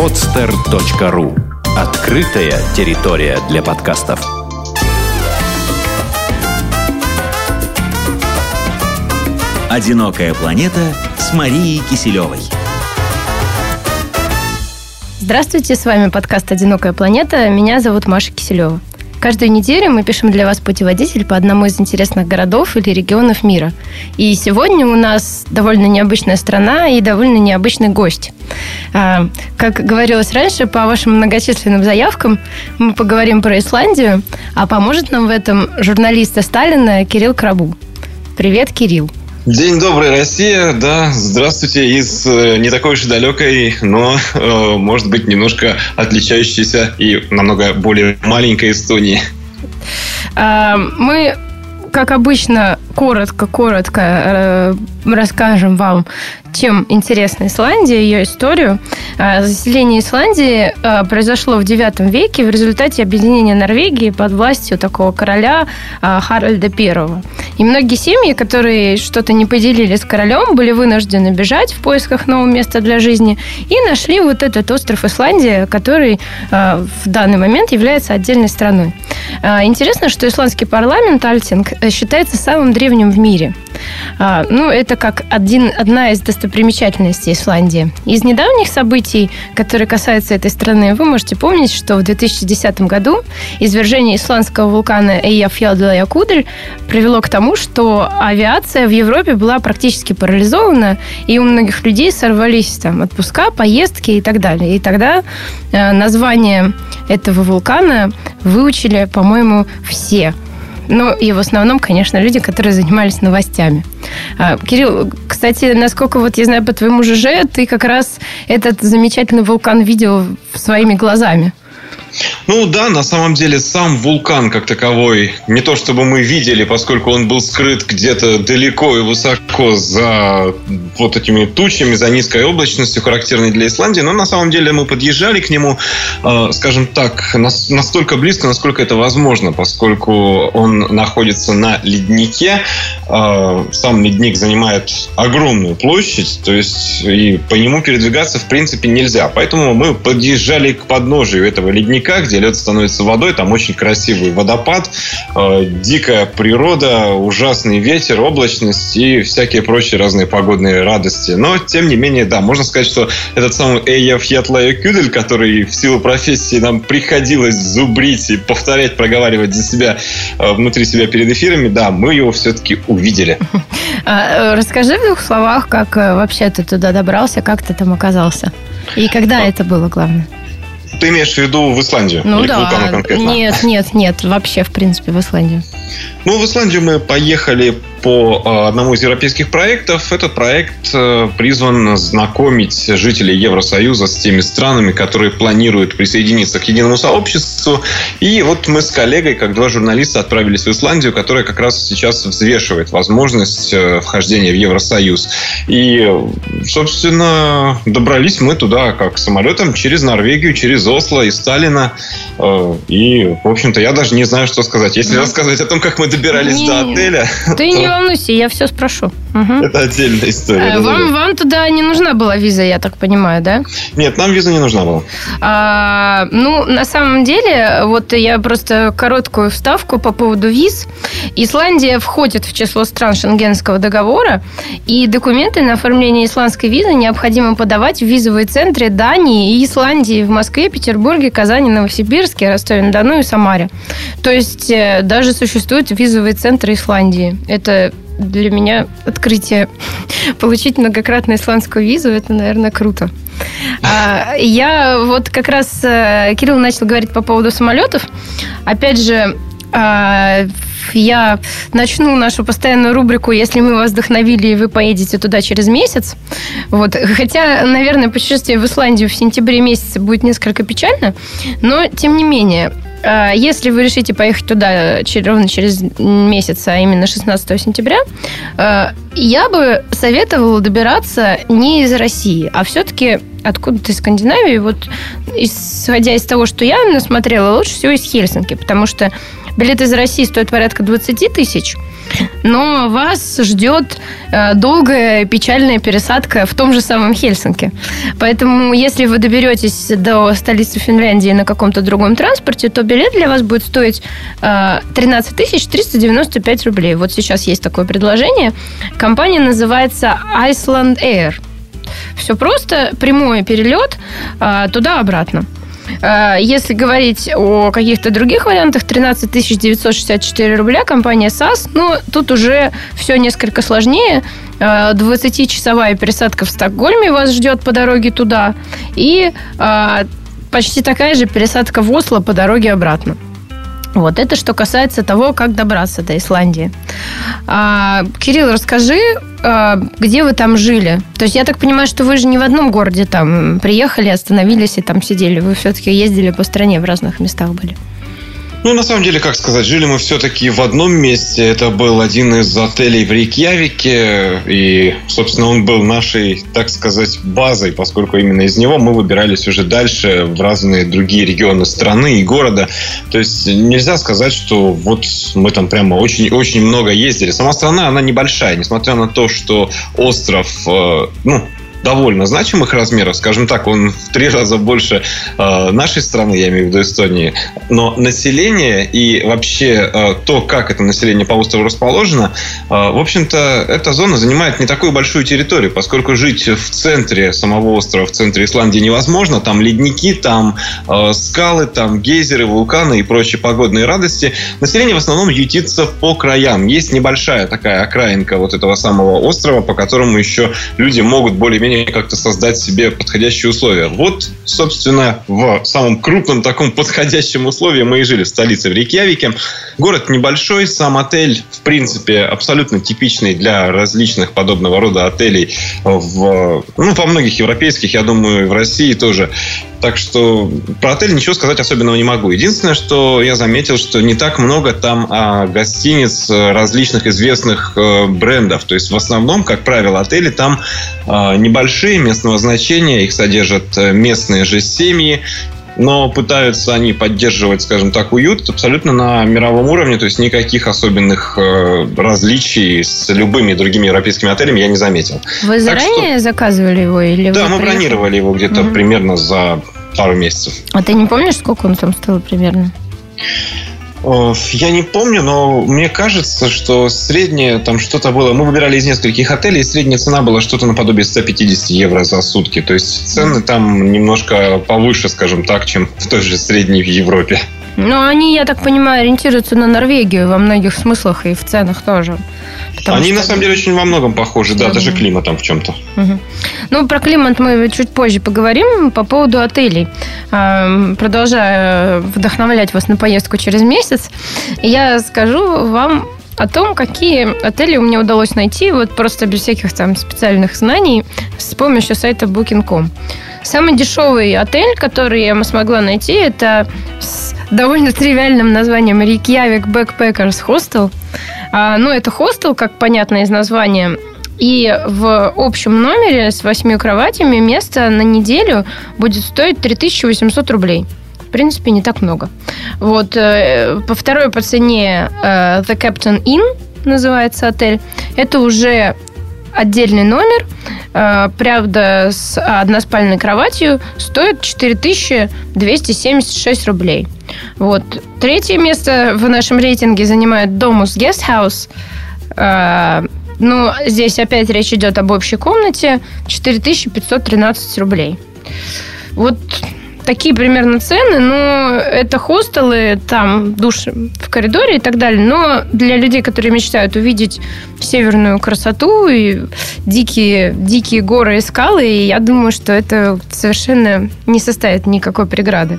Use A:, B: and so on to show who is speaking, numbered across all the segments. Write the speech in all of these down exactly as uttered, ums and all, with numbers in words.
A: подстер точка ру. Открытая территория для подкастов.
B: «Одинокая планета» с Марией Киселевой.
C: Здравствуйте, с вами подкаст «Одинокая планета». Меня зовут Маша Киселева. Каждую неделю мы пишем для вас путеводитель по одному из интересных городов или регионов мира. И сегодня у нас довольно необычная страна и довольно необычный гость. Как говорилось раньше, по вашим многочисленным заявкам мы поговорим про Исландию, а поможет нам в этом журналист Сталина Кирилл Крабу. Привет, Кирилл.
D: День добрый, Россия, да, здравствуйте из э, не такой уж и далекой, но, э, может быть, немножко отличающейся и намного более маленькой Эстонии.
C: А, мы, как обычно, коротко-коротко э, расскажем вам, чем интересна Исландия, ее историю. Заселение Исландии произошло в девятом веке в результате объединения Норвегии под властью такого короля Харальда Первого. И многие семьи, которые что-то не поделили с королем, были вынуждены бежать в поисках нового места для жизни и нашли вот этот остров Исландия, который в данный момент является отдельной страной. Интересно, что исландский парламент Альтинг считается самым древним в мире. Ну, это как один, одна из достопримечательностей Исландии. Из недавних событий, которые касаются этой страны, вы можете помнить, что в две тысячи десятом году извержение исландского вулкана Eyjafjallajökull привело к тому, что авиация в Европе была практически парализована, и у многих людей сорвались там отпуска, поездки и так далее. И тогда э, название этого вулкана выучили, по-моему, все. Ну, и в основном, конечно, люди, которые занимались новостями. А, Кирилл, кстати, насколько вот я знаю по твоему ЖЖ, ты как раз этот замечательный вулкан видел своими глазами.
D: Ну да, на самом деле сам вулкан как таковой не то чтобы мы видели, поскольку он был скрыт где-то далеко и высоко за вот этими тучами, за низкой облачностью, характерной для Исландии, но на самом деле мы подъезжали к нему, э, скажем так, нас, настолько близко, насколько это возможно, поскольку он находится на леднике, э, сам ледник занимает огромную площадь, то есть и по нему передвигаться в принципе нельзя, поэтому мы подъезжали к подножию этого ледника, где лед становится водой, там очень красивый водопад, э, дикая природа, ужасный ветер, облачность и всякие прочие разные погодные радости. Но, тем не менее, да, можно сказать, что этот самый Eyjafjallajökull, который в силу профессии нам приходилось зубрить и повторять, проговаривать за себя, э, внутри себя перед эфирами, да, мы его все-таки увидели. А,
C: расскажи в двух словах, как вообще ты туда добрался, как ты там оказался? И когда а... это было, главное?
D: Ты имеешь в виду в Исландию?
C: Ну
D: или
C: да,
D: к вулкану конкретно?
C: Нет, нет, нет, вообще, в принципе, в Исландию.
D: Ну, в Исландию мы поехали по одному из европейских проектов. Этот проект призван знакомить жителей Евросоюза с теми странами, которые планируют присоединиться к единому сообществу. И вот мы с коллегой, как два журналиста, отправились в Исландию, которая как раз сейчас взвешивает возможность вхождения в Евросоюз. И, собственно, добрались мы туда как самолетом через Норвегию, через Осло и Сталина. И, в общем-то, я даже не знаю, что сказать. Если mm. рассказывать о том, как мы добирались не, до отеля...
C: Ты то... не волнуйся, я все спрошу. Угу.
D: Это отдельная история.
C: А, вам, вам туда не нужна была виза, я так понимаю, да?
D: Нет, нам виза не нужна была.
C: А, ну, на самом деле, вот я просто короткую вставку по поводу виз. Исландия входит в число стран Шенгенского договора, и документы на оформление исландской визы необходимо подавать в визовые центры Дании и Исландии в Москве, Петербурге, Казани, Новосибирске, Ростове-на-Дону и Самаре. То есть даже существуют визовые центры Исландии. Это для меня открытие. Получить многократно исландскую визу, это, наверное, круто. Я вот как раз, Кирилл начал говорить по поводу самолетов. Опять же, я начну нашу постоянную рубрику «Если мы вас вдохновили, и вы поедете туда через месяц». Вот. Хотя, наверное, путешествие в Исландию в сентябре месяце будет несколько печально, но, тем не менее, если вы решите поехать туда ровно через месяц, а именно шестнадцатого сентября, я бы советовала добираться не из России, а все-таки откуда-то из Скандинавии. Вот, исходя из того, что я насмотрела, лучше всего из Хельсинки, потому что билет из России стоит порядка двадцать тысяч, но вас ждет э, долгая печальная пересадка в том же самом Хельсинки. Поэтому, если вы доберетесь до столицы Финляндии на каком-то другом транспорте, то билет для вас будет стоить э, тринадцать тысяч триста девяносто пять рублей. Вот сейчас есть такое предложение. Компания называется Iceland Air. Все просто, прямой перелет э, туда-обратно. Если говорить о каких-то других вариантах, тринадцать тысяч девятьсот шестьдесят четыре рубля, компания САС, но тут уже все несколько сложнее. двадцатичасовая пересадка в Стокгольме вас ждет по дороге туда, и почти такая же пересадка в Осло по дороге обратно. Вот это что касается того, как добраться до Исландии. А, Кирилл, расскажи, а, где вы там жили? То есть я так понимаю, что вы же не в одном городе там приехали, остановились и там сидели. Вы все-таки ездили по стране, в разных местах были.
D: Ну, на самом деле, как сказать, жили мы все-таки в одном месте. Это был один из отелей в Рейкьявике. И, собственно, он был нашей, так сказать, базой, поскольку именно из него мы выбирались уже дальше в разные другие регионы страны и города. То есть нельзя сказать, что вот мы там прямо очень-очень много ездили. Сама страна, она небольшая, несмотря на то, что остров, ну, довольно значимых размеров, скажем так, он в три раза больше э, нашей страны, я имею в виду Эстонии, но население и вообще э, то, как это население по острову расположено, э, в общем-то, эта зона занимает не такую большую территорию, поскольку жить в центре самого острова, в центре Исландии невозможно, там ледники, там э, скалы, там гейзеры, вулканы и прочие погодные радости. Население в основном ютится по краям. Есть небольшая такая окраинка вот этого самого острова, по которому еще люди могут более-менее как-то создать себе подходящие условия. Вот, собственно, в самом крупном таком подходящем условии мы и жили в столице, в Рейкьявике. Город небольшой, сам отель, в принципе, абсолютно типичный для различных подобного рода отелей в, ну, во многих европейских, я думаю, и в России тоже. Так что про отель ничего сказать особенного не могу. Единственное, что я заметил, что не так много там а, гостиниц различных известных а, брендов. То есть в основном, как правило, отели там а, небольшие, местного значения. Их содержат местные же семьи. Но пытаются они поддерживать, скажем так, уют абсолютно на мировом уровне. То есть никаких особенных э, различий с любыми другими европейскими отелями я не заметил.
C: Вы заранее что... заказывали его? Или
D: да,
C: вы
D: мы
C: приехали?
D: Бронировали его где-то угу. примерно за пару месяцев.
C: А ты не помнишь, сколько он там стоил примерно?
D: Я не помню, но мне кажется, что среднее там что-то было... Мы выбирали из нескольких отелей, и средняя цена была что-то наподобие сто пятьдесят евро за сутки. То есть цены там немножко повыше, скажем так, чем в той же средней в Европе.
C: Ну, они, я так понимаю, ориентируются на Норвегию во многих смыслах и в ценах тоже.
D: Они,
C: что...
D: на самом деле, очень во многом похожи, да, да, даже климатом в чем-то.
C: Угу. Ну, про климат мы чуть позже поговорим. По поводу отелей. Продолжаю вдохновлять вас на поездку через месяц. Я скажу вам о том, какие отели у меня удалось найти, вот просто без всяких там специальных знаний, с помощью сайта букинг точка ком. Самый дешевый отель, который я смогла найти, это с довольно тривиальным названием Reykjavik Backpackers Hostel. А, ну, это хостел, как понятно из названия. И в общем номере с восьмью кроватями место на неделю будет стоить три тысячи восемьсот рублей. В принципе, не так много. Вот, э, по второй по цене э, The Captain Inn называется отель. Это уже отдельный номер, э, правда, с односпальной кроватью, стоит четыре тысячи двести семьдесят шесть рублей. Вот. Третье место в нашем рейтинге занимает Domus Guest House. Э, ну, здесь опять речь идет об общей комнате. четыре тысячи пятьсот тринадцать рублей. Вот такие примерно цены, но это хостелы, там душ в коридоре и так далее. Но для людей, которые мечтают увидеть северную красоту и дикие, дикие горы и скалы, я думаю, что это совершенно не составит никакой преграды.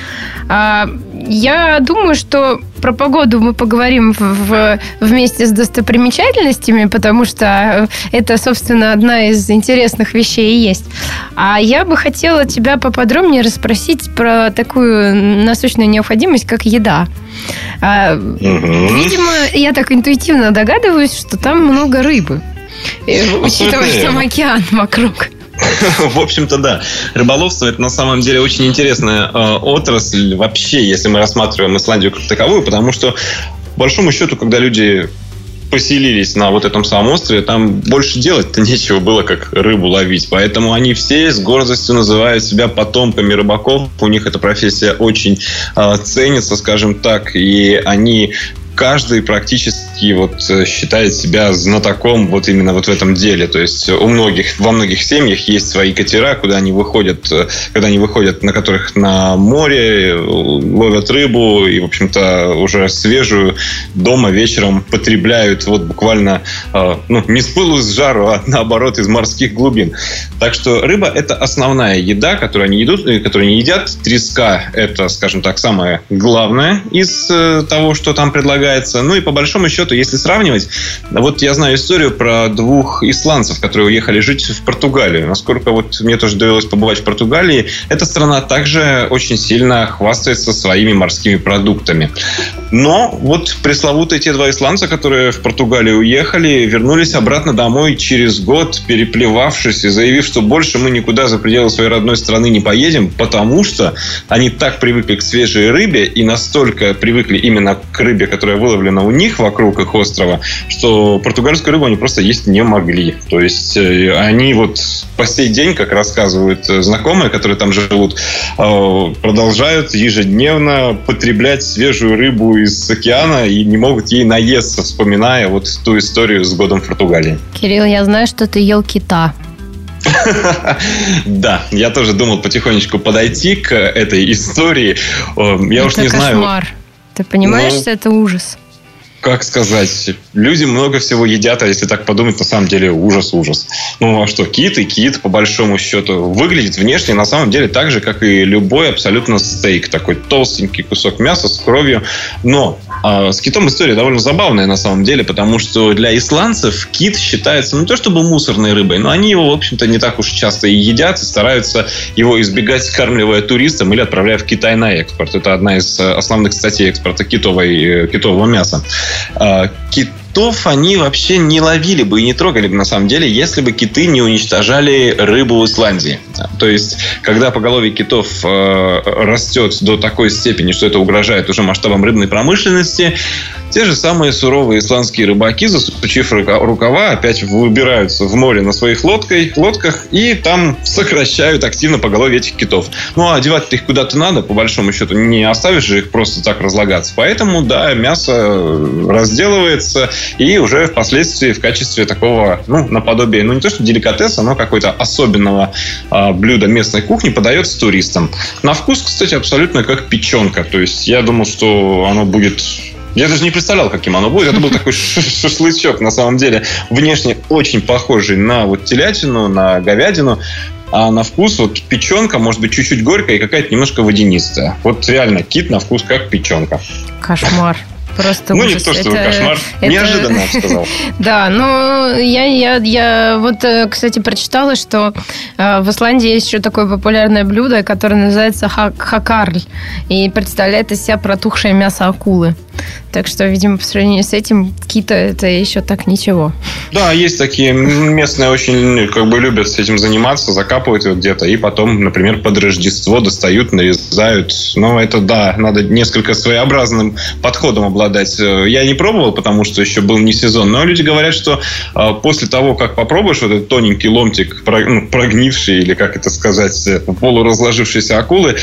C: Я думаю, что про погоду мы поговорим в, вместе с достопримечательностями, потому что это, собственно, одна из интересных вещей и есть. А я бы хотела тебя поподробнее расспросить про такую насущную необходимость, как еда. Угу. Видимо, я так интуитивно догадываюсь, что там много рыбы, учитывая, что там океан вокруг.
D: В общем-то, да. Рыболовство – это на самом деле очень интересная э, отрасль вообще, если мы рассматриваем Исландию как таковую, потому что, по большому счету, когда люди поселились на вот этом самом острове, там больше делать-то нечего было, как рыбу ловить. Поэтому они все с гордостью называют себя потомками рыбаков. У них эта профессия очень э, ценится, скажем так, и они... Каждый практически вот считает себя знатоком вот именно вот в этом деле. То есть у многих, во многих семьях есть свои катера, куда они выходят, когда они выходят, на которых на море ловят рыбу и, в общем-то, уже свежую дома вечером потребляют вот буквально, ну, не с пылу с жару, а наоборот из морских глубин. Так что рыба – это основная еда, которую они едят, которую они едят. Треска – это, скажем так, самое главное из того, что там предлагают. Ну и по большому счету, если сравнивать, вот я знаю историю про двух исландцев, которые уехали жить в Португалию. Насколько вот мне тоже довелось побывать в Португалии, эта страна также очень сильно хвастается своими морскими продуктами. Но вот пресловутые те два исландца, которые в Португалию уехали, вернулись обратно домой через год, переплевавшись и заявив, что больше мы никуда за пределы своей родной страны не поедем, потому что они так привыкли к свежей рыбе и настолько привыкли именно к рыбе, которая выловлена у них вокруг их острова, что португальскую рыбу они просто есть не могли. То есть они вот по сей день, как рассказывают знакомые, которые там живут, продолжают ежедневно потреблять свежую рыбу из океана и не могут ей наесться, вспоминая вот ту историю с годом в Португалии.
C: Кирилл, я знаю, что ты ел кита.
D: Да, я тоже думал потихонечку подойти к этой истории. Я уж не знаю...
C: Кошмар. Ты понимаешь, ну, что это ужас?
D: Как сказать? Люди много всего едят, а если так подумать, на самом деле ужас-ужас. Ну, а что? Кит и кит, по большому счету, выглядит внешне на самом деле так же, как и любой абсолютно стейк. Такой толстенький кусок мяса с кровью. Но а, с китом история довольно забавная на самом деле, потому что для исландцев кит считается, ну, не то чтобы мусорной рыбой, но они его, в общем-то, не так уж часто и едят, и стараются его избегать, скармливая туристам или отправляя в Китай на экспорт. Это одна из основных статей экспорта китовой, китового мяса. Китов они вообще не ловили бы и не трогали бы на самом деле, если бы киты не уничтожали рыбу в Исландии. То есть, когда поголовье китов э, растет до такой степени, что это угрожает уже масштабам рыбной промышленности, те же самые суровые исландские рыбаки, засучив рукава, опять выбираются в море на своих лодках, лодках и там сокращают активно поголовье этих китов. Ну, а одевать-то их куда-то надо, по большому счету. Не оставишь же их просто так разлагаться. Поэтому, да, мясо разделывается и уже впоследствии в качестве такого, ну, наподобие, ну, не то что деликатеса, но какой-то особенного а, блюда местной кухни подается туристам. На вкус, кстати, абсолютно как печенка. То есть я думал, что оно будет... Я даже не представлял, каким оно будет. Это был такой шашлычок, на самом деле, внешне очень похожий на вот телятину, на говядину. А на вкус вот печенка, может быть, чуть-чуть горькая и какая-то немножко водянистая. Вот реально кит на вкус как печенка.
C: Кошмар. Просто
D: ну,
C: ужас.
D: не то, что
C: это,
D: кошмар.
C: Это...
D: Неожиданно, я бы сказал.
C: Да, ну, я, я, я вот, кстати, прочитала, что э, в Исландии есть еще такое популярное блюдо, которое называется хакарль. И представляет из себя протухшее мясо акулы. Так что, видимо, по сравнению с этим, кита это еще так ничего.
D: Да, есть такие местные очень как бы любят с этим заниматься, закапывают его где-то и потом, например, под Рождество достают, нарезают. Но это, да, надо несколько своеобразным подходом обладать. Я не пробовал, потому что еще был не сезон, но люди говорят, что после того, как попробуешь вот этот тоненький ломтик прогнивший или, как это сказать, полуразложившейся акулы,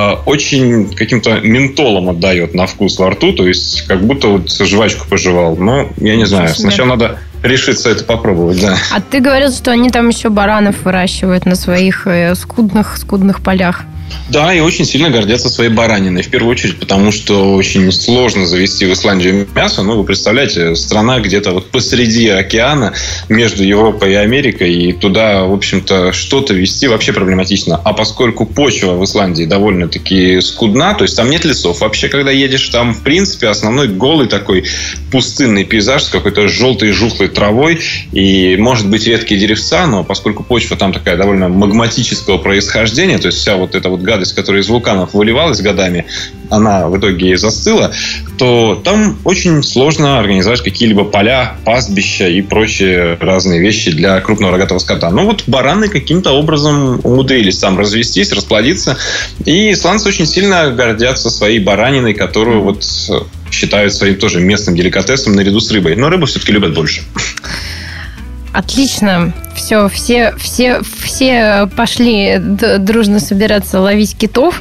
D: очень каким-то ментолом отдает на вкус во рту, то есть как будто вот жвачку пожевал. Но я не знаю. Сначала надо решиться это попробовать, да.
C: А ты говорил, что они там еще баранов выращивают на своих скудных, скудных полях.
D: Да, и очень сильно гордятся своей бараниной. В первую очередь, потому что очень сложно завести в Исландию мясо. Ну, вы представляете, страна где-то вот посреди океана между Европой и Америкой, и туда, в общем-то, что-то везти вообще проблематично. А поскольку почва в Исландии довольно-таки скудна, то есть там нет лесов. Вообще, когда едешь, там, в принципе, основной голый такой пустынный пейзаж с какой-то желтой жухлой травой, и, может быть, редкие деревца, но поскольку почва там такая довольно магматического происхождения, то есть вся вот эта вот гадость, которая из вулканов выливалась годами, она в итоге застыла, то там очень сложно организовать какие-либо поля, пастбища и прочие разные вещи для крупного рогатого скота. Но вот бараны каким-то образом умудрились там развестись, расплодиться. И исландцы очень сильно гордятся своей бараниной, которую вот считают своим тоже местным деликатесом наряду с рыбой. Но рыбу все-таки любят больше.
C: Отлично. Все, все, все, все пошли дружно собираться ловить китов.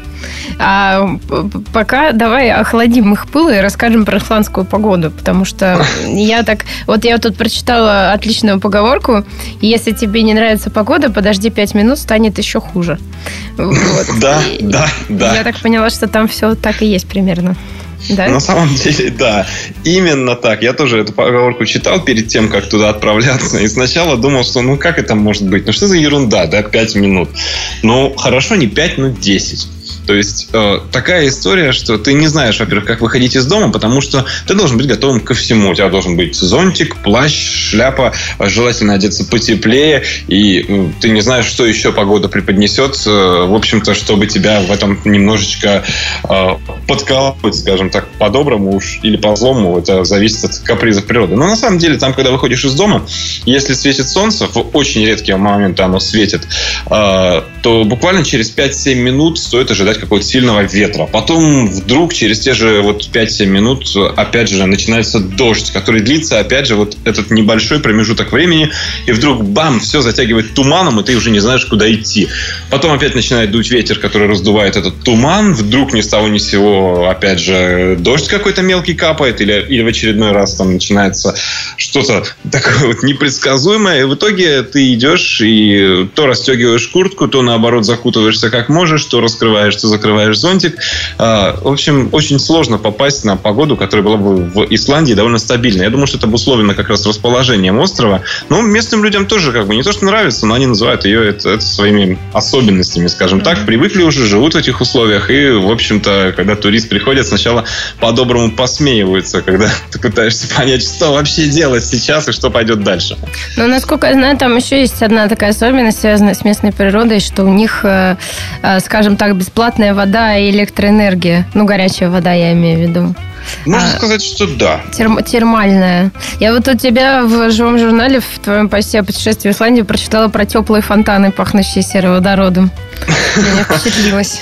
C: А пока давай охладим их пыл и расскажем про исландскую погоду. Потому что я так... Вот я тут прочитала отличную поговорку. Если тебе не нравится погода, подожди пять минут, станет еще хуже. Вот.
D: Да, да, да.
C: Я так поняла, что там все так и есть примерно. Да?
D: На самом деле, да. Именно так. Я тоже эту поговорку читал перед тем, как туда отправляться. И сначала думал, что ну как это может быть? Ну что за ерунда, да, пять минут? Ну, хорошо, не пять, но десять. То есть э, такая история, что ты не знаешь, во-первых, как выходить из дома, потому что ты должен быть готовым ко всему. У тебя должен быть зонтик, плащ, шляпа, желательно одеться потеплее, и э, ты не знаешь, что еще погода преподнесет, э, в общем-то, чтобы тебя в этом немножечко э, подколоть, скажем так, по-доброму уж или по-злому. Это зависит от капризов природы. Но на самом деле, там, когда выходишь из дома, если светит солнце, в очень редкие моменты оно светит, э, то буквально через пять-семь минут стоит ожидать какого-то сильного ветра. Потом вдруг через те же вот пять-семь минут опять же начинается дождь, который длится опять же вот этот небольшой промежуток времени, и вдруг бам, все затягивает туманом, и ты уже не знаешь, куда идти. Потом опять начинает дуть ветер, который раздувает этот туман, вдруг ни с того ни с сего опять же дождь какой-то мелкий капает, или, или в очередной раз там начинается что-то такое вот непредсказуемое, и в итоге ты идешь и то расстегиваешь куртку, то наоборот закутываешься как можешь, то раскрываешь, то закрываешь зонтик. В общем, очень сложно попасть на погоду, которая была бы в Исландии довольно стабильной. Я думаю, что это обусловлено как раз расположением острова. Но местным людям тоже как бы не то, что нравится, но они называют ее это, это своими особенностями, скажем так. Привыкли уже, живут в этих условиях. И, в общем-то, когда турист приходит, сначала по-доброму посмеиваются, когда ты пытаешься понять, что вообще делать сейчас и что пойдет дальше.
C: Ну, насколько я знаю, там еще есть одна такая особенность, связанная с местной природой, что у них, скажем так, бесплатная вода и электроэнергия. Ну, горячая вода, я имею в виду.
D: Можно а, сказать, что да.
C: Терм, термальная. Я вот у тебя в живом журнале, в твоем посте о путешествии в Исландию, прочитала про теплые фонтаны, пахнущие сероводородом. Меня впечатлилось.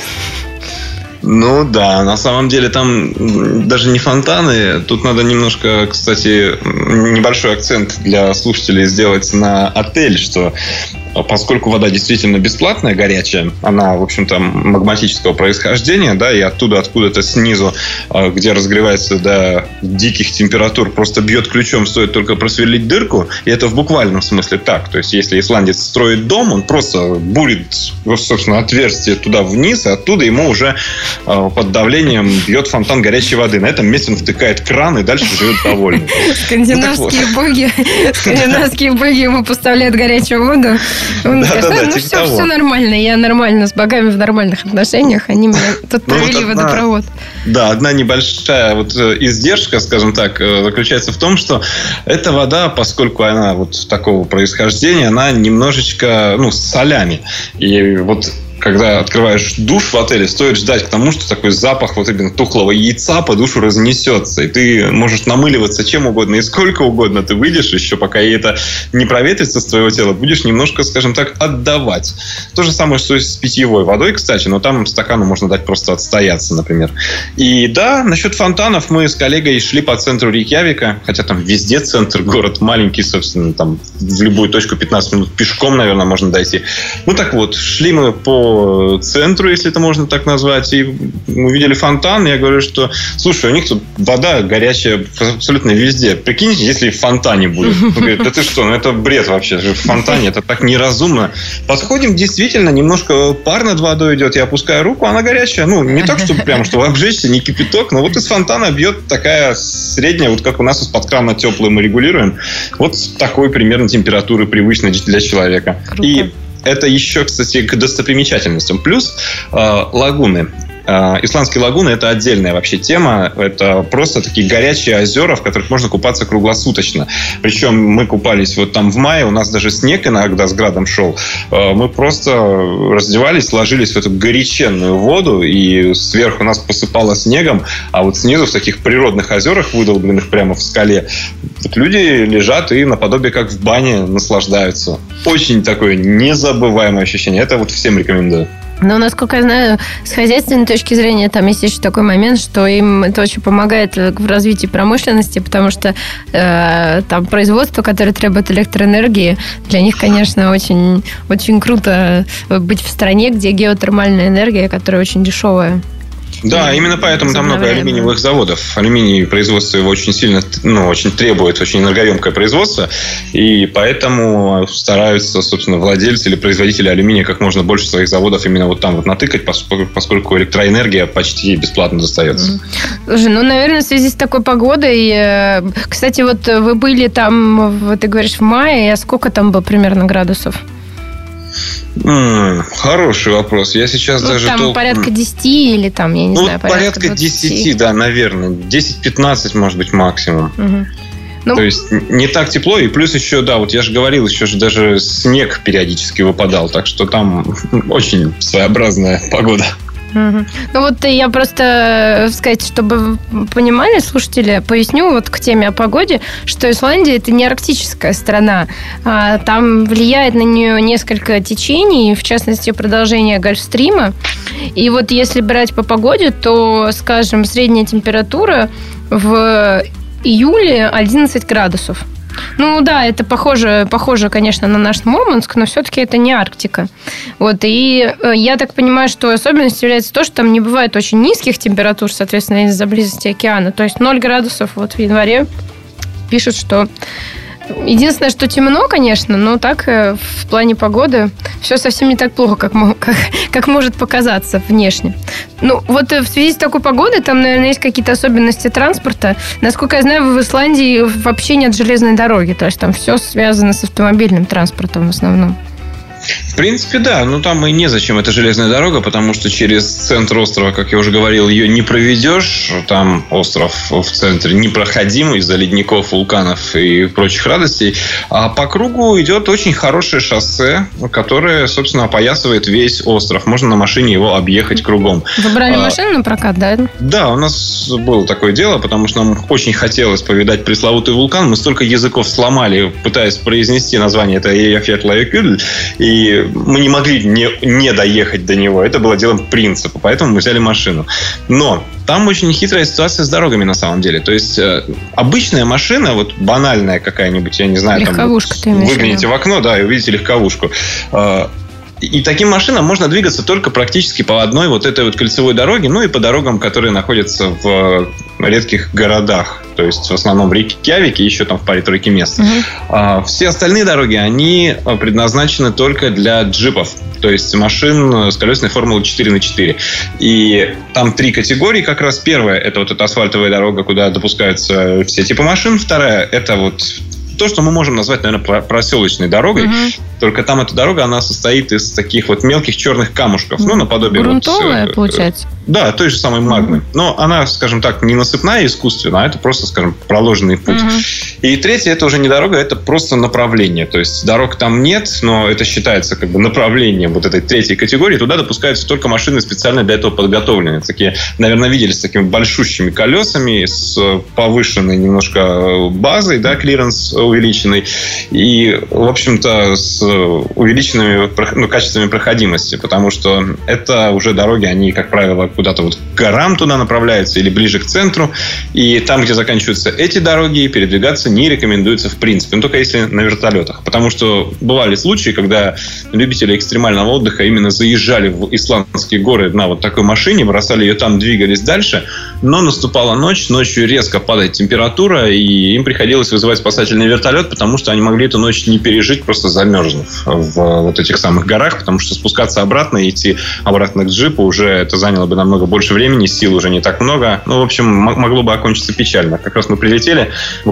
D: Ну да, на самом деле там даже не фонтаны. Тут надо немножко, кстати, небольшой акцент для слушателей сделать на отель, что поскольку вода действительно бесплатная, горячая, она, в общем-то, магматического происхождения, да, и оттуда, откуда-то снизу, где разогревается до диких температур, просто бьет ключом, стоит только просверлить дырку, и это в буквальном смысле так. То есть, если исландец строит дом, он просто бурит, собственно, отверстие туда вниз, и оттуда ему уже под давлением бьет фонтан горячей воды. На этом месте он втыкает кран и дальше живет довольный.
C: Скандинавские боги, скандинавские боги ему поставляют горячую воду. Он да, говорит, да, да, ну типа все, все нормально, я нормально с богами в нормальных отношениях, они меня тут провели ну, вот водопровод.
D: Да, одна небольшая вот издержка, скажем так, заключается в том, что эта вода, поскольку она вот такого происхождения, она немножечко, ну, с солями. И вот когда открываешь душ в отеле, стоит ждать к тому, что такой запах вот именно тухлого яйца по душу разнесется. И ты можешь намыливаться чем угодно и сколько угодно. Ты выйдешь еще, пока это не проветрится с твоего тела, будешь немножко, скажем так, отдавать. То же самое, что и с питьевой водой, кстати, но там стакану можно дать просто отстояться, например. И да, насчет фонтанов мы с коллегой шли по центру Рейкьявика, хотя там везде центр, город маленький, собственно, там в любую точку пятнадцать минут пешком, наверное, можно дойти. Ну так вот, шли мы по центру, если это можно так назвать, и увидели фонтан, и я говорю, что, слушай, у них тут вода горячая абсолютно везде. Прикиньте, если в фонтане будет. Он говорит, да ты что, ну это бред вообще, в фонтане, это так неразумно. Подходим, действительно, немножко пар над водой идет, я опускаю руку, она горячая, ну, не так, чтобы прям, чтобы обжечься, не кипяток, но вот из фонтана бьет такая средняя, вот как у нас из-под крана теплую мы регулируем, вот такой примерно температуры привычной для человека. Круто. И это еще, кстати, к достопримечательностям. Плюс э, лагуны. Исландские лагуны – это отдельная вообще тема. Это просто такие горячие озера, в которых можно купаться круглосуточно. Причем мы купались вот там в мае, у нас даже снег иногда с градом шел. Мы просто раздевались, ложились в эту горяченную воду, и сверху нас посыпало снегом, а вот снизу в таких природных озерах, выдолбленных прямо в скале, вот люди лежат и наподобие как в бане наслаждаются. Очень такое незабываемое ощущение. Это вот всем рекомендую.
C: Но, насколько я знаю, с хозяйственной точки зрения, там есть еще такой момент, что им это очень помогает в развитии промышленности, потому что э, там производство, которое требует электроэнергии, для них, конечно, очень, очень круто быть в стране, где геотермальная энергия, которая очень дешевая.
D: Да, именно поэтому там много алюминиевых заводов. Алюминий производство его очень сильно, ну, очень требует, очень энергоемкое производство. И поэтому стараются, собственно, владельцы или производители алюминия как можно больше своих заводов именно вот там вот натыкать, поскольку электроэнергия почти бесплатно достается.
C: Слушай, ну, наверное, в связи с такой погодой... Кстати, вот вы были там, ты говоришь, в мае, а сколько там было примерно градусов?
D: М-м, хороший вопрос. Я сейчас
C: ну,
D: даже...
C: Там
D: толком...
C: порядка десяти или там, я не
D: ну,
C: знаю, порядка
D: порядка десяти, да, наверное. десять-пятнадцать, может быть, максимум.
C: Угу. Ну...
D: То есть не так тепло. И плюс еще, да, вот я же говорил, еще же даже снег периодически выпадал. Так что там очень своеобразная погода.
C: Угу. Ну вот я просто, сказать, чтобы вы понимали, слушатели, поясню вот к теме о погоде, что Исландия – это не арктическая страна. Там влияет на нее несколько течений, в частности, продолжение Гольфстрима. И вот если брать по погоде, то, скажем, средняя температура в июле одиннадцать градусов. Ну да, это похоже, похоже, конечно, на наш Мурманск, но все-таки это не Арктика. Вот, и я так понимаю, что особенностью является то, что там не бывает очень низких температур, соответственно, из-за близости океана. То есть ноль градусов вот в январе пишут, что... Единственное, что темно, конечно, но так в плане погоды все совсем не так плохо, как, как, как может показаться внешне. Ну, вот в связи с такой погодой там, наверное, есть какие-то особенности транспорта. Насколько я знаю, в Исландии вообще нет железной дороги, то есть там все связано с автомобильным транспортом в основном.
D: В принципе, да. Но там и незачем эта железная дорога, потому что через центр острова, как я уже говорил, ее не проведешь. Там остров в центре непроходим из-за ледников, вулканов и прочих радостей. А по кругу идет очень хорошее шоссе, которое, собственно, опоясывает весь остров. Можно на машине его объехать кругом.
C: Вы брали а, машину на прокат, да?
D: Да, у нас было такое дело, потому что нам очень хотелось повидать пресловутый вулкан. Мы столько языков сломали, пытаясь произнести название. Это Eyjafjallajökull. И И мы не могли не, не доехать до него. Это было делом принципа. Поэтому мы взяли машину. Но там очень хитрая ситуация с дорогами на самом деле. То есть э, обычная машина, вот банальная какая-нибудь, я не знаю,
C: легковушка,
D: там вот, выгляните в окно, да, и увидите легковушку. Э, И таким машинам можно двигаться только практически по одной вот этой вот кольцевой дороге, ну и по дорогам, которые находятся в редких городах. То есть в основном в Рейкьявике и еще там в паре-тройке мест. Угу. А все остальные дороги, они предназначены только для джипов. То есть машин с колесной формулой четыре на четыре. И там три категории как раз. Первая – это вот эта асфальтовая дорога, куда допускаются все типы машин. Вторая – это вот то, что мы можем назвать, наверное, проселочной дорогой. Угу. Только там эта дорога, она состоит из таких вот мелких черных камушков. Ну, наподобие...
C: Грунтовая,
D: вот,
C: получается?
D: Да, той же самой магмы. Угу. Но она, скажем так, не насыпная искусственная, а это просто, скажем, проложенный путь. Угу. И третье, это уже не дорога, это просто направление. То есть дорог там нет, но это считается как бы направлением вот этой третьей категории. Туда допускаются только машины специально для этого подготовленные. Такие, наверное, видели с такими большущими колесами, с повышенной немножко базой, да, клиренс увеличенный. И, в общем-то, с увеличенными, ну, качествами проходимости. Потому что это уже дороги, они, как правило, куда-то вот к горам туда направляются или ближе к центру. И там, где заканчиваются эти дороги, передвигаться не рекомендуется в принципе. Ну, только если на вертолетах. Потому что бывали случаи, когда любители экстремального отдыха именно заезжали в исландские горы на вот такой машине, бросали ее там, двигались дальше. Но наступала ночь, ночью резко падает температура, и им приходилось вызывать спасательный вертолет, потому что они могли эту ночь не пережить, просто замерзнув в вот этих самых горах, потому что спускаться обратно и идти обратно к джипу уже это заняло бы намного больше времени, сил уже не так много. Ну, в общем, могло бы окончиться печально. Как раз мы прилетели буквально за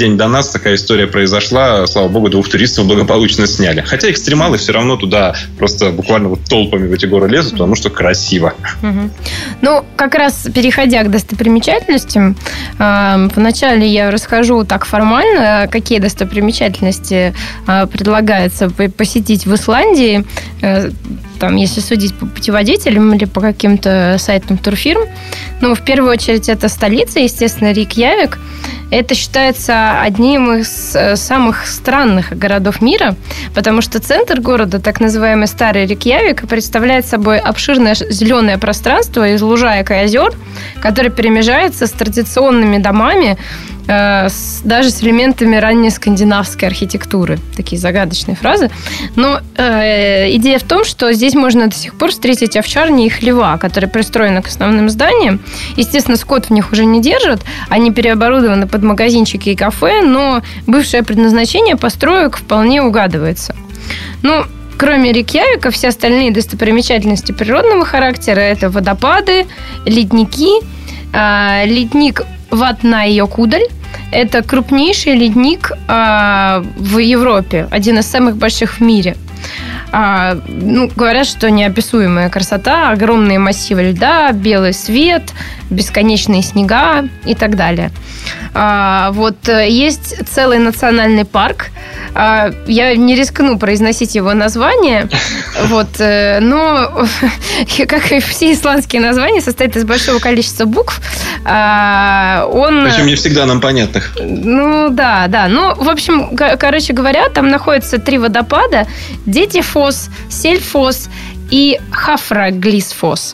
D: день до нас такая история произошла. Слава богу, двух туристов благополучно сняли. Хотя экстремалы все равно туда просто буквально вот толпами в эти горы лезут, потому что красиво.
C: Угу. Ну, как раз переходя к достопримечательностям, э, вначале я расскажу так формально, какие достопримечательности э, предлагается посетить в Исландии. Э, там, если судить по путеводителям или по каким-то сайтам турфирм. Ну, в первую очередь, это столица, естественно, Рейкьявик. Это считается одним из самых странных городов мира, потому что центр города, так называемый Старый Рейкьявик, представляет собой обширное зеленое пространство из лужаек и озер, которое перемежается с традиционными домами, э, с, даже с элементами ранней скандинавской архитектуры. Такие загадочные фразы. Но э, идея в том, что здесь можно до сих пор встретить овчарни и хлева, которые пристроены к основным зданиям. Естественно, скот в них уже не держат, они переоборудованы под магазинчики и кафе, но бывшее предназначение построек вполне угадывается. Ну, кроме Рейкьявика, все остальные достопримечательности природного характера – это водопады, ледники, э, ледник Ватнайокудаль. Это крупнейший ледник э, в Европе, один из самых больших в мире. А, ну, говорят, что неописуемая красота, огромные массивы льда, белый свет, бесконечные снега и так далее. А, вот есть целый национальный парк. А, я не рискну произносить его название, вот, но, как и все исландские названия, состоит из большого количества букв. А, он...
D: Причем не всегда нам понятных.
C: Ну, да, да. Ну, в общем, короче говоря, там находятся три водопада: Детифос, Сельфос и Хафраглисфос.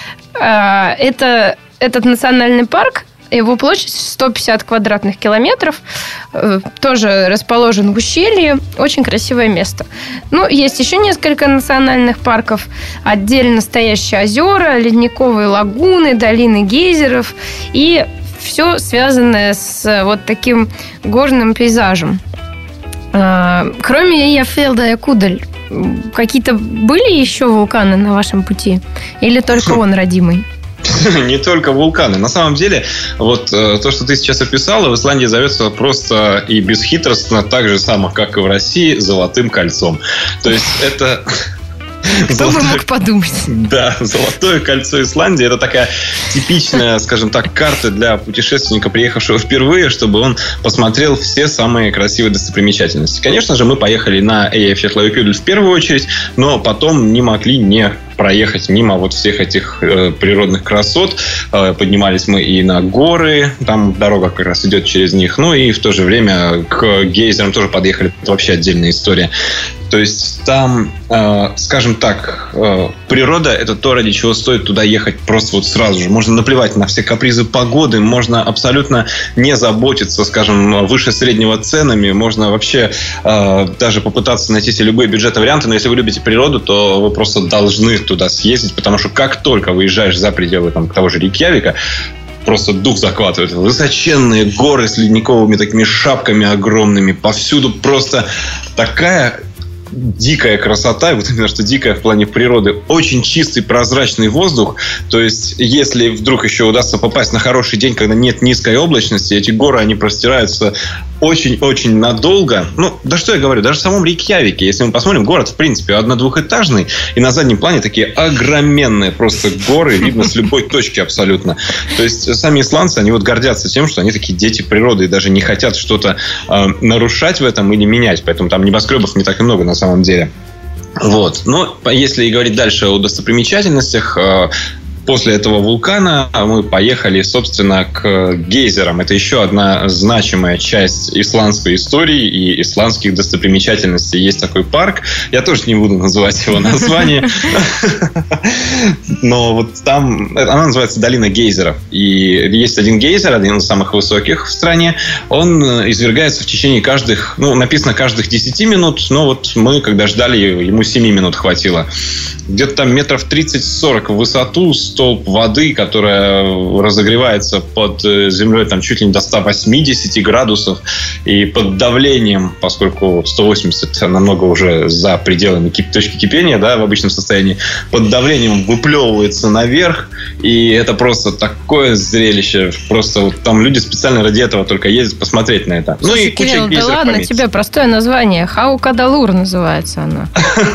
C: Это, этот национальный парк, его площадь сто пятьдесят квадратных километров, тоже расположен в ущелье. Очень красивое место. Ну, есть еще несколько национальных парков. Отдельно стоящие озера, ледниковые лагуны, долины гейзеров и все связанное с вот таким горным пейзажем. Кроме Eyjafjallajökull, какие-то были еще вулканы на вашем пути? Или только он родимый?
D: Не только вулканы. На самом деле, вот то, что ты сейчас описала, в Исландии зовется просто и бесхитростно, так же само, как и в России, Золотым кольцом. То есть это...
C: Кто Золотое... бы мог подумать?
D: Да, Золотое кольцо Исландии – это такая типичная, скажем так, карта для путешественника, приехавшего впервые, чтобы он посмотрел все самые красивые достопримечательности. Конечно же, мы поехали на Eyjafjallajökull в первую очередь, но потом не могли не проехать мимо вот всех этих э, природных красот. Э, поднимались мы и на горы, там дорога как раз идет через них, ну и в то же время к гейзерам тоже подъехали. Это вообще отдельная история. То есть там, э, скажем так, э, природа – это то, ради чего стоит туда ехать просто вот сразу же. Можно наплевать на все капризы погоды, можно абсолютно не заботиться, скажем, выше среднего ценами, можно вообще э, даже попытаться найти себе любые бюджетные варианты, но если вы любите природу, то вы просто должны туда съездить, потому что как только выезжаешь за пределы там, того же Рейкьявика, просто дух захватывает. Высоченные горы с ледниковыми такими шапками огромными, повсюду просто такая дикая красота, вот именно что дикая в плане природы, очень чистый прозрачный воздух. То есть, если вдруг еще удастся попасть на хороший день, когда нет низкой облачности, эти горы, они простираются очень-очень надолго. Ну, да что я говорю, даже в самом Рейкьявике, если мы посмотрим, город, в принципе, одно-двухэтажный, и на заднем плане такие огроменные просто горы, видно с любой точки абсолютно. То есть, сами исландцы, они вот гордятся тем, что они такие дети природы, и даже не хотят что-то э, нарушать в этом или менять. Поэтому там небоскребов не так и много на самом деле. Вот. Но если говорить дальше о достопримечательностях, э, после этого вулкана мы поехали, собственно, к гейзерам. Это еще одна значимая часть исландской истории и исландских достопримечательностей. Есть такой парк. Я тоже не буду называть его название. Но вот там... Она называется Долина гейзеров. И есть один гейзер, один из самых высоких в стране. Он извергается в течение каждых... Ну, написано каждых десяти минут. Но вот мы, когда ждали, ему семи минут хватило. Где-то там метров тридцать-сорок в высоту, столб воды, которая разогревается под землей там, чуть ли не до ста восьмидесяти градусов. И под давлением, поскольку сто восемьдесят намного уже за пределами точки кипения, да, в обычном состоянии, под давлением выплевывается наверх. И это просто такое зрелище. Просто вот там люди специально ради этого только ездят посмотреть на это.
C: Слушай, ну и Кирилл, да ладно, пометить. Тебе простое название. Хаукадалур называется оно.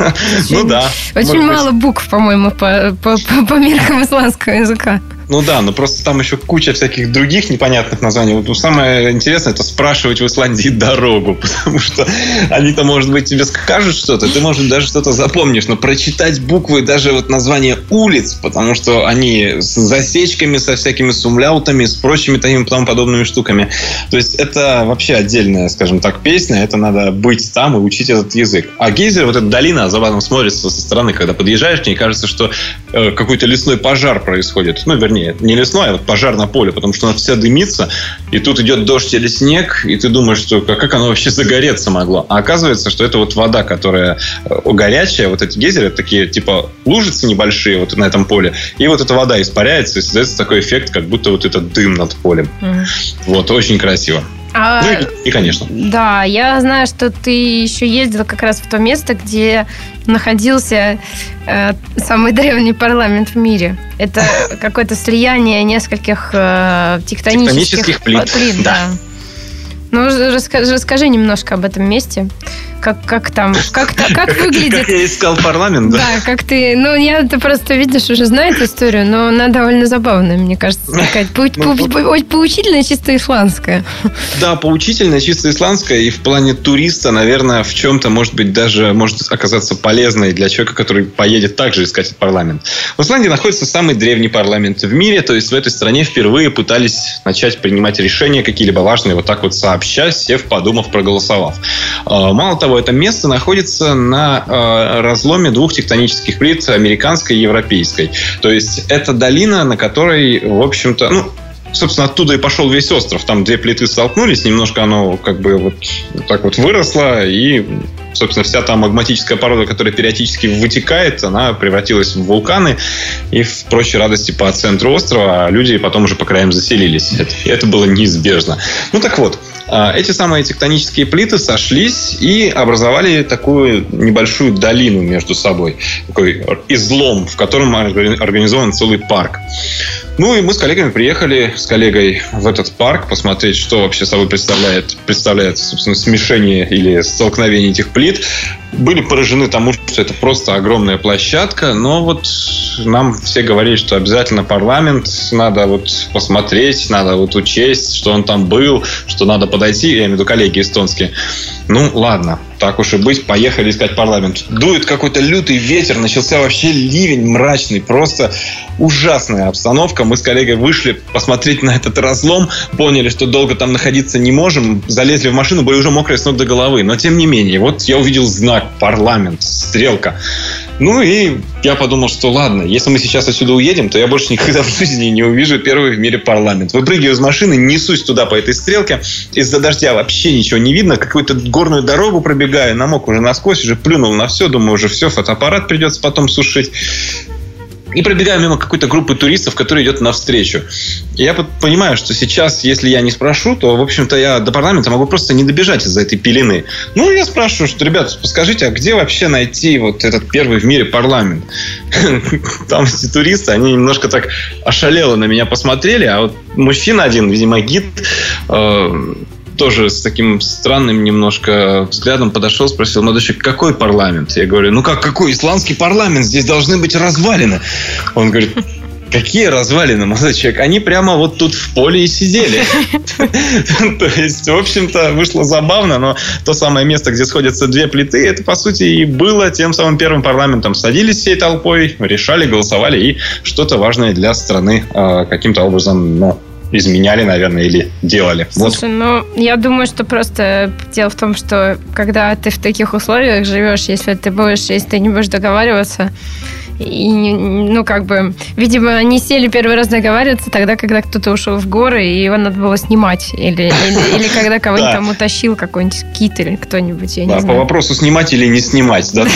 D: Ну да.
C: Очень мало букв, по-моему, по меркам исландского языка.
D: Ну да, но просто там еще куча всяких других непонятных названий. Вот самое интересное — это спрашивать в Исландии дорогу, потому что они-то, может быть, тебе скажут что-то, ты, может, даже что-то запомнишь, но прочитать буквы, даже вот название улиц, потому что они с засечками, со всякими сумляутами, с прочими такими тому подобными штуками. То есть это вообще отдельная, скажем так, песня, это надо быть там и учить этот язык. А гейзер, вот эта долина, забавно смотрится со стороны, когда подъезжаешь к ней, кажется, что э, какой-то лесной пожар происходит. Ну, вернее, не лесной, а вот пожар на поле, потому что она вся дымится, и тут идет дождь или снег, и ты думаешь, что как оно вообще загореться могло. А оказывается, что это вот вода, которая горячая, вот эти гейзеры, такие типа лужицы небольшие вот на этом поле, и вот эта вода испаряется, и создается такой эффект, как будто вот этот дым над полем. Mm. Вот, очень красиво.
C: А,
D: ну и, и, конечно.
C: Да, я знаю, что ты еще ездил как раз в то место, где находился э, самый древний парламент в мире. Это какое-то слияние нескольких э, тектонических,
D: тектонических плит.
C: плит да. Да. Ну, расскажи, расскажи немножко об этом месте. Как, как там, как, как выглядит...
D: Как я искал парламент, да?
C: Да, как ты... Ну, я, ты просто, видишь, уже знаю эту историю, но она довольно забавная, мне кажется. Такая поучительная, чисто исландская.
D: Да, поучительная, чисто исландская. И в плане туриста, наверное, в чем-то, может быть, даже может оказаться полезной для человека, который поедет также искать парламент. В Исландии находится самый древний парламент в мире. То есть в этой стране впервые пытались начать принимать решения какие-либо важные, вот так вот сообща, сев, подумав, проголосовав. Мало того, это место находится на э, разломе двух тектонических плит, американской и европейской. То есть это долина, на которой, в общем-то, ну, собственно, оттуда и пошел весь остров. Там две плиты столкнулись, немножко оно как бы вот так вот выросло, и, собственно, вся та магматическая порода, которая периодически вытекает, она превратилась в вулканы и в прочей радости по центру острова, а люди потом уже по краям заселились. Это, это было неизбежно. Ну так вот, эти самые тектонические плиты сошлись и образовали такую небольшую долину между собой. Такой излом, в котором организован целый парк. Ну и мы с коллегами приехали с коллегой в этот парк посмотреть, что вообще собой представляет, представляет, собственно, смешение или столкновение этих плит. Были поражены тому, что это просто огромная площадка, но вот нам все говорили, что обязательно парламент надо вот посмотреть, надо вот учесть, что он там был, что надо подойти, я имею в виду коллеги эстонские. Ну, ладно, так уж и быть, поехали искать парламент. Дует какой-то лютый ветер, начался вообще ливень мрачный, просто ужасная обстановка. Мы с коллегой вышли посмотреть на этот разлом, поняли, что долго там находиться не можем, залезли в машину, были уже мокрые с ног до головы. Но тем не менее, вот я увидел знак «Парламент», стрелка. Ну и я подумал, что ладно, если мы сейчас отсюда уедем, то я больше никогда в жизни не увижу первый в мире парламент. Выпрыгиваю из машины, несусь туда по этой стрелке. Из-за дождя вообще ничего не видно. Какую-то горную дорогу пробегаю, намок уже насквозь, уже плюнул на все. Думаю, уже все, фотоаппарат придется потом сушить. И пробегаю мимо какой-то группы туристов, которая идет навстречу. И я понимаю, что сейчас, если я не спрошу, то, в общем-то, я до парламента могу просто не добежать из-за этой пелены. Ну, я спрашиваю, что, ребята, подскажите, а где вообще найти вот этот первый в мире парламент? Там эти туристы, они немножко так ошалело на меня посмотрели, а вот мужчина один, видимо, гид, тоже с таким странным немножко взглядом подошел, спросил: молодой человек, какой парламент? Я говорю: ну как, какой исландский парламент? Здесь должны быть развалины. Он говорит: какие развалины, молодой человек? Они прямо вот тут в поле и сидели. То есть, в общем-то, вышло забавно, но то самое место, где сходятся две плиты, это, по сути, и было тем самым первым парламентом. Садились всей толпой, решали, голосовали и что-то важное для страны каким-то образом, ну, изменяли, наверное, или делали.
C: Слушай, вот. Ну, я думаю, что просто дело в том, что когда ты в таких условиях живешь, если ты будешь, если ты не будешь договариваться, И, ну, как бы, видимо, они сели первый раз договариваться тогда, когда кто-то ушел в горы, и его надо было снимать. Или, или, или когда кого-нибудь там утащил какой-нибудь кит или кто-нибудь, я не
D: да,
C: знаю.
D: По вопросу снимать или не снимать, да,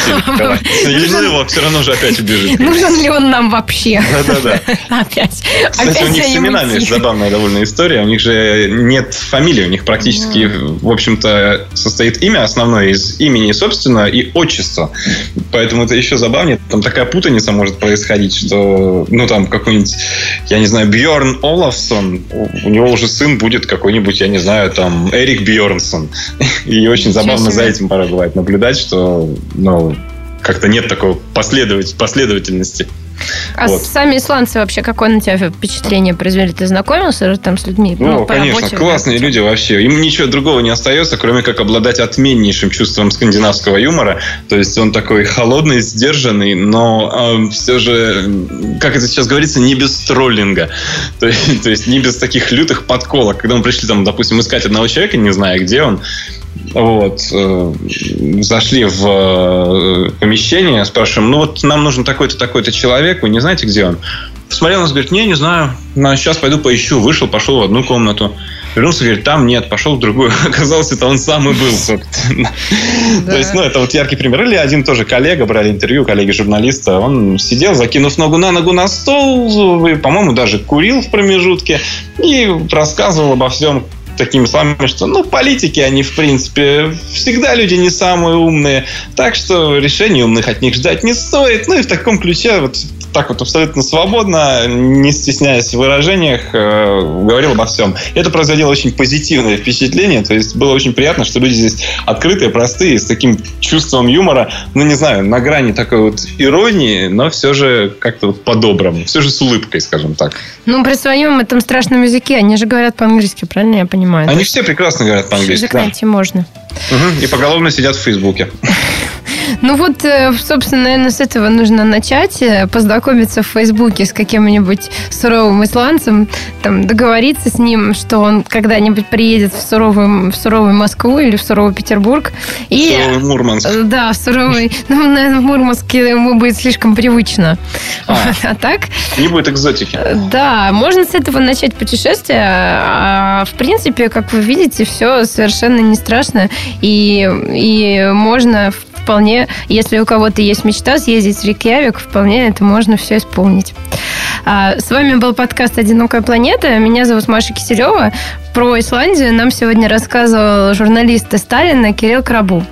D: или его все равно же опять убежит.
C: Нужен ли он нам вообще?
D: Да-да-да.
C: Опять.
D: Кстати, у них с именами забавная довольно история. У них же нет фамилии, у них практически, в общем-то, состоит имя основное из имени, собственно, и отчества. Поэтому это еще забавнее. Там такая путаница может происходить, что, ну, там, какой-нибудь, я не знаю, Бьорн Олафсон, у него уже сын будет какой-нибудь, я не знаю, там, Эрик Бьорнсон. И очень забавно за этим порой бывает наблюдать, что, ну, как-то нет такой последовательности.
C: А вот. Сами исландцы вообще, какое на тебя впечатление произвели? Ты знакомился там с людьми?
D: Ну, ну конечно, работе, классные да? люди вообще. Им ничего другого не остается, кроме как обладать отменнейшим чувством скандинавского юмора. То есть он такой холодный, сдержанный, но э, все же, как это сейчас говорится, не без троллинга. То есть, то есть не без таких лютых подколок. Когда мы пришли, там, допустим, искать одного человека, не зная, где он, вот, э, зашли в э, помещение, спрашиваем, ну вот нам нужен такой-то, такой-то человек, вы не знаете, где он? Посмотрел на нас, говорит, не, не знаю, ну, сейчас пойду поищу. Вышел, пошел в одну комнату. Вернулся, говорит, там нет, пошел в другую. Оказалось, это он сам и был, собственно. То есть, ну, это вот яркий пример. Или один тоже коллега, брали интервью, коллеги-журналиста, он сидел, закинув ногу на ногу на стол, и, по-моему, даже курил в промежутке и рассказывал обо всем такими словами, что, ну, политики, они, в принципе, всегда люди не самые умные, так что решений умных от них ждать не стоит. Ну, и в таком ключе вот так вот абсолютно свободно, не стесняясь в выражениях, э, говорил обо всем. И это производило очень позитивное впечатление, то есть было очень приятно, что люди здесь открытые, простые, с таким чувством юмора, ну, не знаю, на грани такой вот иронии, но все же как-то вот по-доброму, все же с улыбкой, скажем так. Ну,
C: при своем этом страшном языке, они же говорят по-английски, правильно я понимаю?
D: Они все прекрасно говорят по-английски.
C: Язык найти можно.
D: Угу. И поголовно сидят в Фейсбуке.
C: Ну вот, собственно, наверное, с этого нужно начать. Познакомиться в Фейсбуке с каким-нибудь суровым исландцем, там, договориться с ним, что он когда-нибудь приедет в суровую, в суровую Москву или в суровый Петербург. И,
D: суровый Мурманск.
C: Да, в суровый. Ну, наверное, в Мурманске ему будет слишком привычно.
D: А,
C: а так?
D: Не будет экзотики.
C: Да, можно с этого начать путешествие. А, в принципе, как вы видите, все совершенно не страшно. И, и можно вполне, если у кого-то есть мечта съездить в Рейкьявик, вполне это можно все исполнить. А, с вами был подкаст «Одинокая планета». Меня зовут Маша Киселева. Про Исландию нам сегодня рассказывал журналист из Таллина Кирилл Крабу.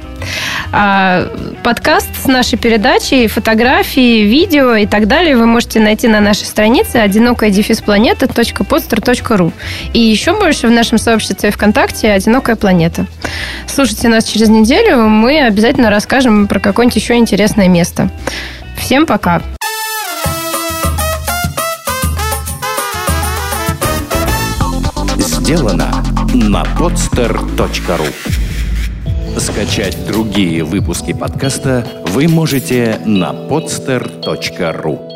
C: А, подкаст с нашей передачей, фотографии, видео и так далее вы можете найти на нашей странице одинокая планета точка подстер точка ру. И еще больше в нашем сообществе ВКонтакте «Одинокая планета». Слушайте нас через неделю, мы обязательно расскажем про какое-нибудь еще интересное место. Всем пока!
A: Сделано на подстер точка ру. Скачать другие выпуски подкаста вы можете на подстер точка ру.